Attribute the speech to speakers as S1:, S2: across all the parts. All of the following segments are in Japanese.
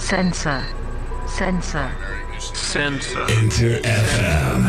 S1: Sensor. Sensor.
S2: Sensor.
S3: Enter FM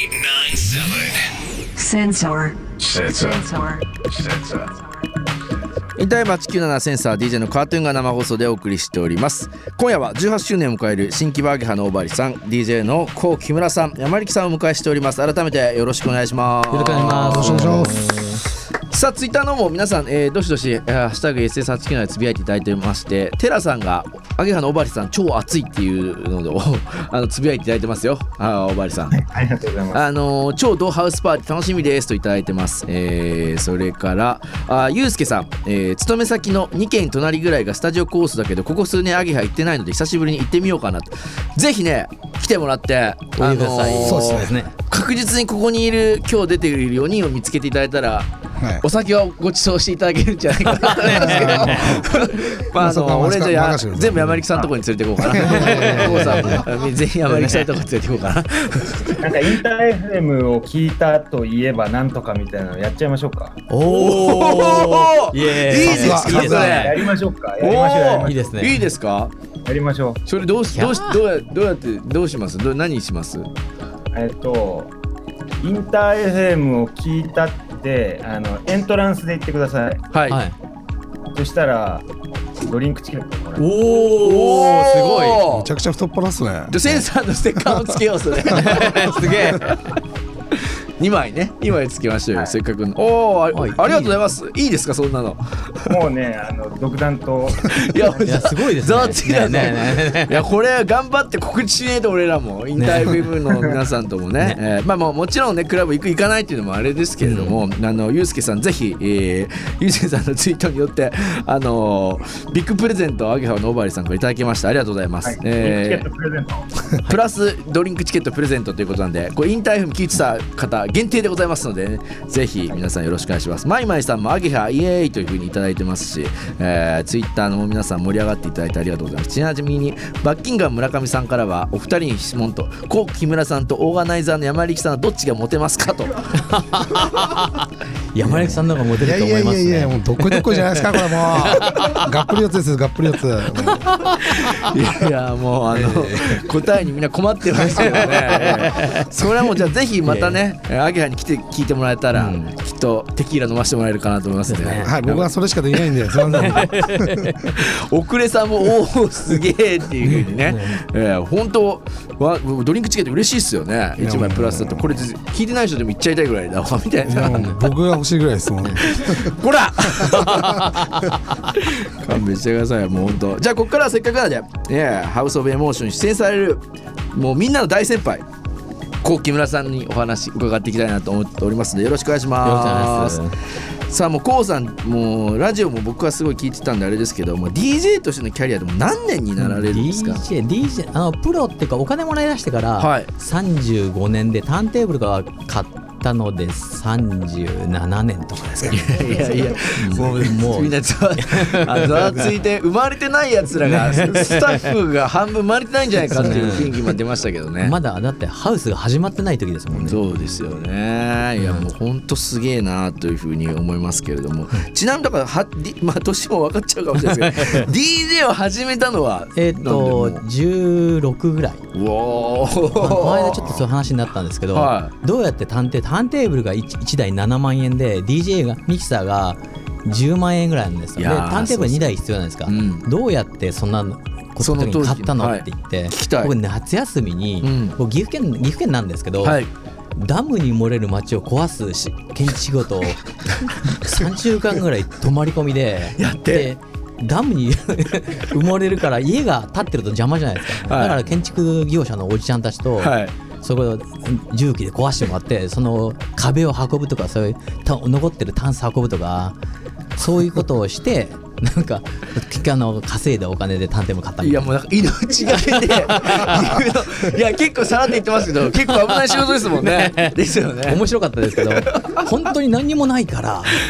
S3: 897.
S1: Sensor.
S3: Sensor.
S1: Sensor.
S3: Sensor.
S4: インターフェ897センサー DJ のカートゥーンが生放送でお送りしております。今夜は18周年を迎える新木場アゲハのおばりさん、 DJ のコウ木村さん、山力さんをお迎えしております。改めてよろしくお願いします。
S5: よろしくお願いします。
S6: よろしくお願いします。
S4: さあツイッターの方も皆さん、どしどし、ハッシュタグ SS897 でつぶやいていただいてまして、テラさんがアゲハのおばりさん超熱いっていうのをつぶやいていただいてますよ。おばりさん、
S6: はい、ありがとうございます。
S4: 超ドハウスパーティー楽しみですといただいてます。それからゆうすけさん、勤め先の2軒隣ぐらいがスタジオコースだけどここ数年アゲハ行ってないので久しぶりに行ってみようかなと。ぜひね来てもらって
S5: おいでください。
S6: そうですね。
S4: 確実にここにいる今日出ている4人を見つけていただいたら、
S6: はい、
S4: お酒をご馳走していただけるんじゃないかなと思いますけど俺じゃあ全部山力さんのところに連れて行こうかな。コウさんも全員山力さんのところに連れて行こうかな。
S6: なんかインター FM を聞いたといえばなんとかみたいなのやっちゃいましょうか。
S4: おー、いいですね。
S6: やりましょうか。やりましょう。
S5: いいですね。
S4: いいですか。
S6: やりましょう。
S4: それどうします？何します？
S6: インター FM を聞いたってエントランスで言ってください。
S4: はい。
S5: はい。
S6: そしたらドリンクチケットもらえる。
S4: おー、すごい。
S7: めちゃくちゃ太っ腹っすね。
S4: センサーのステッカーをつけようそれ。すげえ。2枚ね、2枚つけましょうよ、
S6: はい、
S4: せっかくの。おー、ありがとうございます。いいですかそんなの。
S6: もうね独断と
S4: いや
S5: すごいですね。
S4: ざわつきだね。いやこれ頑張って告知しねえと俺らもインター FM の皆さんともね、まあもちろんねクラブ行かないっていうのもあれですけれども、ゆうすけさんぜひ、ゆうすけさんのツイートによってビッグプレゼントをアゲハのおばりさんからいただきました。ありがとうございます。
S6: はい、チケットプレゼント
S4: プラスドリンクチケットプレゼントということなんで、これインター FM 聞いてた方限定でございますので、ね、ぜひ皆さんよろしくお願いします。マイマイさんもアゲハイエーイという風にいただいてますし、ツイッターの皆さん盛り上がっていただいてありがとうございます。ちなみにバッキンガム村上さんからはお二人に質問と、コウ木村さんとオーガナイザーの山力さんはどっちがモテますかと。
S5: 山力さんの方がモテると思いますね。
S7: いやもうどこどこじゃないですかこれもうがっぷり四つですがっぷり四つ。
S4: いやもう答えにみんな困ってますけどね。それはもうじゃあぜひまたねアゲハに来て聞いてもらえたら、きっとテキーラ飲ませてもらえるかなと思いますね。
S7: はい、僕はそれしかできないんですいません。
S4: 遅れさんもおおすげえっていう風にね、本当はドリンクチケット嬉しいっすよね。1枚プラスだとこれ聞いてない人でも行っちゃいたいぐらいだわみたいな。
S7: 僕が欲しいぐらいですもん。
S4: こら勘弁してくださいよもう本当。じゃあここからはせっかくなので、ハウスオブエモーションに出演されるもうみんなの大先輩コウ木村さんにお話伺っていきたいなと思っておりますのでよろしくお願いします。さあもうコウさんもうラジオも僕はすごい聞いてたんであれですけども DJ としてのキャリアでも何年になられるんですか。
S5: DJ プロっていうかお金もらい出してから35年でターンテーブルが買ったので37年とかですかね。
S4: いやもうみんなざわついて生まれてないやつらがスタッフが半分生まれてないんじゃないかっていう雰囲気も出ましたけどね。
S5: まだだってハウスが始まってない時ですもんね。
S4: そうですよね。いやもうほんとすげえなというふうに思いますけれども、ちなみにだからまあ年も分かっちゃうかもしれないですけどDJ を始めたのは
S5: 16ぐらい。
S4: うわー
S5: この間ちょっとそういう話になったんですけど、どうやってターンテーブルが 1台7万円で DJ がミキサーが10万円ぐらいなんですよ。でターンテーブル2台必要なんですか、どうやってそんなことに買ったのって言って、僕夏休みに、僕岐阜県なんですけど、ダムに漏れる町を壊す建築仕事を3週間ぐらい泊まり込みで
S4: やって
S5: ダムに埋もれるから家が建ってると邪魔じゃないですか、だから建築業者のおじちゃんたちと、そこを重機で壊してもらってその壁を運ぶとかそういう残ってるタンス運ぶとかそういうことをしてなんか稼いだお金でターンテーブル買ったみたいな。
S4: いやもうなんか命がけでいや結構さらって言ってますけど結構危ない仕事ですもんね。ですよね。
S5: 面白かったですけど本当に何にもないから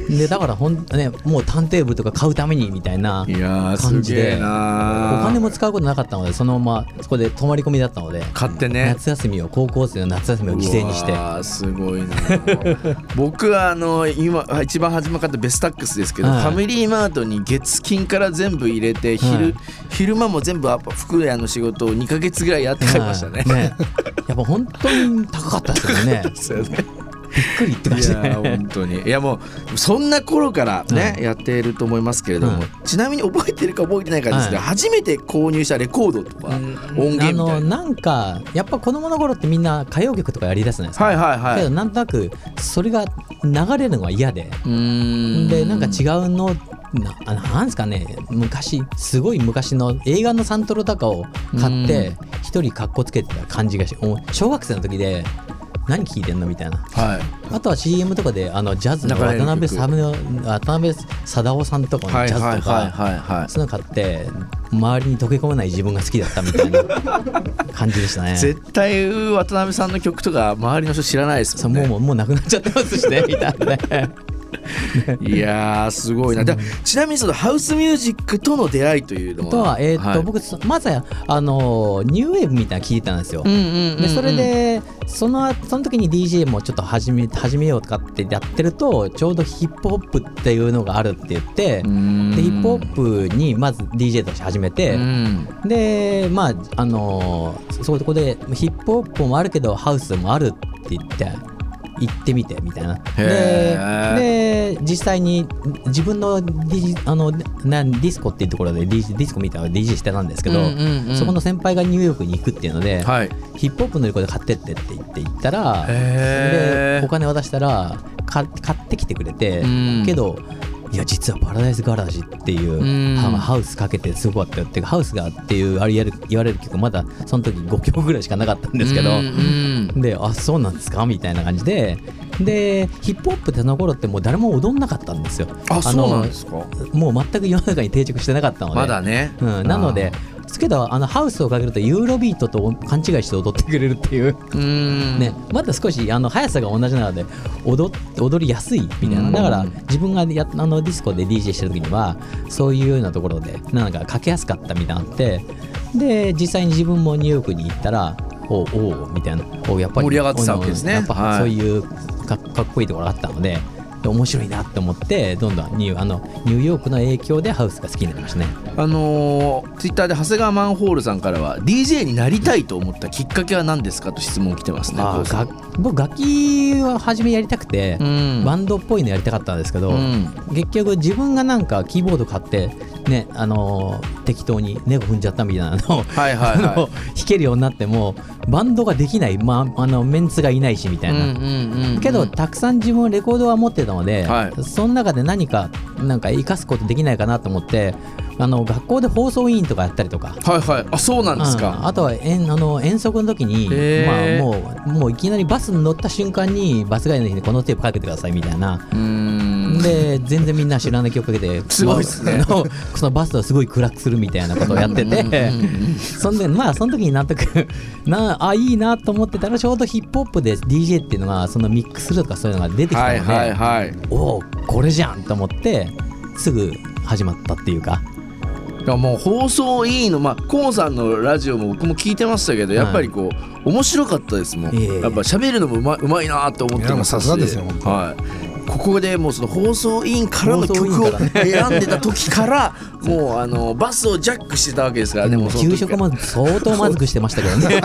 S5: でだからね、もうターンテーブルとか買うためにみたいな感じで、お金も使うことなかったので、そのままそこで泊まり込みだったので、
S4: 買ってね、
S5: 夏休みを、高校生の夏休みを犠牲にして。
S4: すごいな僕は今一番初め買ったベスタックスですけど、ファミリーマートに月金から全部入れて、昼間も全部服屋の仕事を2ヶ月ぐらいやって買いましたね。
S5: やっぱ本当に高かったですよね。びっくりって感じで、
S4: いや本当に、いやもうそんな頃からね、やっていると思いますけれども、ちなみに覚えてるか覚えてないかですけど、初めて購入したレコードとか音源みたいな、
S5: なんかやっぱ子供の頃ってみんな歌謡曲とかやりだすじゃないですか。けどなんとなくそれが流れるのが嫌で、でなんか違うのなんですかね、すごい昔の映画のサントラとかを買って一人カッコつけてた感じがし、小学生の時で何聴いてんのみたいな、あとは CM とかでジャズの渡辺貞夫さんとかのジャズとかそういうの買って、周りに溶け込めない自分が好きだったみたいな感じでしたね。
S4: 絶対渡辺さんの曲とか周りの人知らないですもんね。
S5: もうなくなっちゃってますしねみたいなね
S4: いやーすごいな。ちなみにそのハウスミュージックとの出会いというのは、
S5: 僕まずニューウェーブみたいなの聞いてたんですよ。でそれでその時に DJ もちょっと始めようとかってやってると、ちょうどヒップホップっていうのがあるって言って、でヒップホップにまず DJ として始めて、でそこでヒップホップもあるけどハウスもあるって言って行ってみてみたいな。で実際に自分のディスコっていうところでディスコみたいなの DJ してたんですけど、そこの先輩がニューヨークに行くっていうので、ヒップホップのレコード買ってってって言って行ったら、でお金渡したら買ってきてくれて、けどいや実はパラダイスガラージっていうハウスかけてすごかったよっていうか、ハウスがっていう言われる曲まだその時5曲ぐらいしかなかったんですけど、でそうなんですかみたいな感じで、ヒップホップってその頃ってもう誰も踊んなかったんですよ。
S4: そうなんですか。
S5: もう全く世の中に定着してなかったので、
S4: まだね、
S5: なのでですけどハウスをかけるとユーロビートと勘違いして踊ってくれるっていうね、まだ少し速さが同じなので踊りやすいみたいな。だから自分がディスコで DJ してる時にはそういうようなところでなんかかけやすかったみたいなのあって、で実際に自分もニューヨークに行ったらおみたいな、やっぱり
S4: 盛り上がってたわけですね。
S5: やっぱそういうかっこいいところがあったので、面白いなって思って、どんどんニューヨークの影響でハウスが好きになりましたね。
S4: ツイッターで長谷川マンホールさんからは DJ になりたいと思ったきっかけは何ですかと質問来てますね。
S5: 僕楽器は初めやりたくて、バンドっぽいのやりたかったんですけど、結局自分がなんかキーボード買ってね、適当に猫踏んじゃったみたいなのを弾けるようになってもバンドができない、メンツがいないしみたいな。けどたくさん自分レコードは持ってたので、その中で何か生かすことできないかなと思って、学校で放送委員とかやったりとか、
S4: そうなんですか。
S5: あとは遠足の時に、もういきなりバスに乗った瞬間にバス帰りの日にこのテープかけてくださいみたいな。で全然みんな知らない曲かけて
S4: すごいですね
S5: そのバスをすごい暗くするみたいなことをやっててその時に納得いいなと思ってたら、ちょうどヒップホップで DJ っていうのがそのミックスとかそういうのが出てきたので、これじゃんと思ってすぐ始まったっていうか。
S4: もう放送いいの、コウさんのラジオも僕も聞いてましたけど、やっぱり面白かったですもん。やっぱ喋るのもうまいなと思ってますし、
S7: さすがですよ本当。
S4: ここでもうその放送委員からの曲を選んでた時からもうバスをジャックしてたわけですからね。もう
S5: 給食も相当まずくしてましたけどね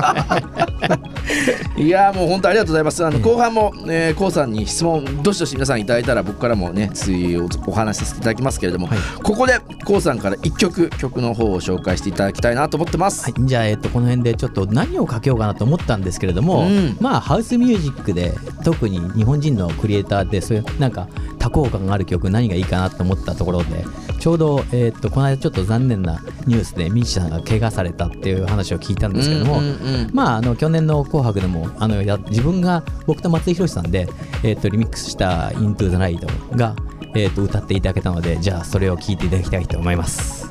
S4: いやもう本当ありがとうございます。後半もコウさんに質問どしどし皆さんいただいたら僕からもねお話しさせていただきますけれども、ここでコウさんから1曲の方を紹介していただきたいなと思ってます。
S5: じゃあこの辺でちょっと何をかけようかなと思ったんですけれども、ハウスミュージックで特に日本人のクリエイターでそういうなんか多幸感がある曲何がいいかなと思ったところで、ちょうど、この間ちょっと残念なニュースでミッチーさんが怪我されたっていう話を聞いたんですけども、去年の紅白でも自分が僕と松井宏さんで、リミックスしたInto the Nightが、歌っていただけたので、じゃあそれを聞いていただきたいと思います。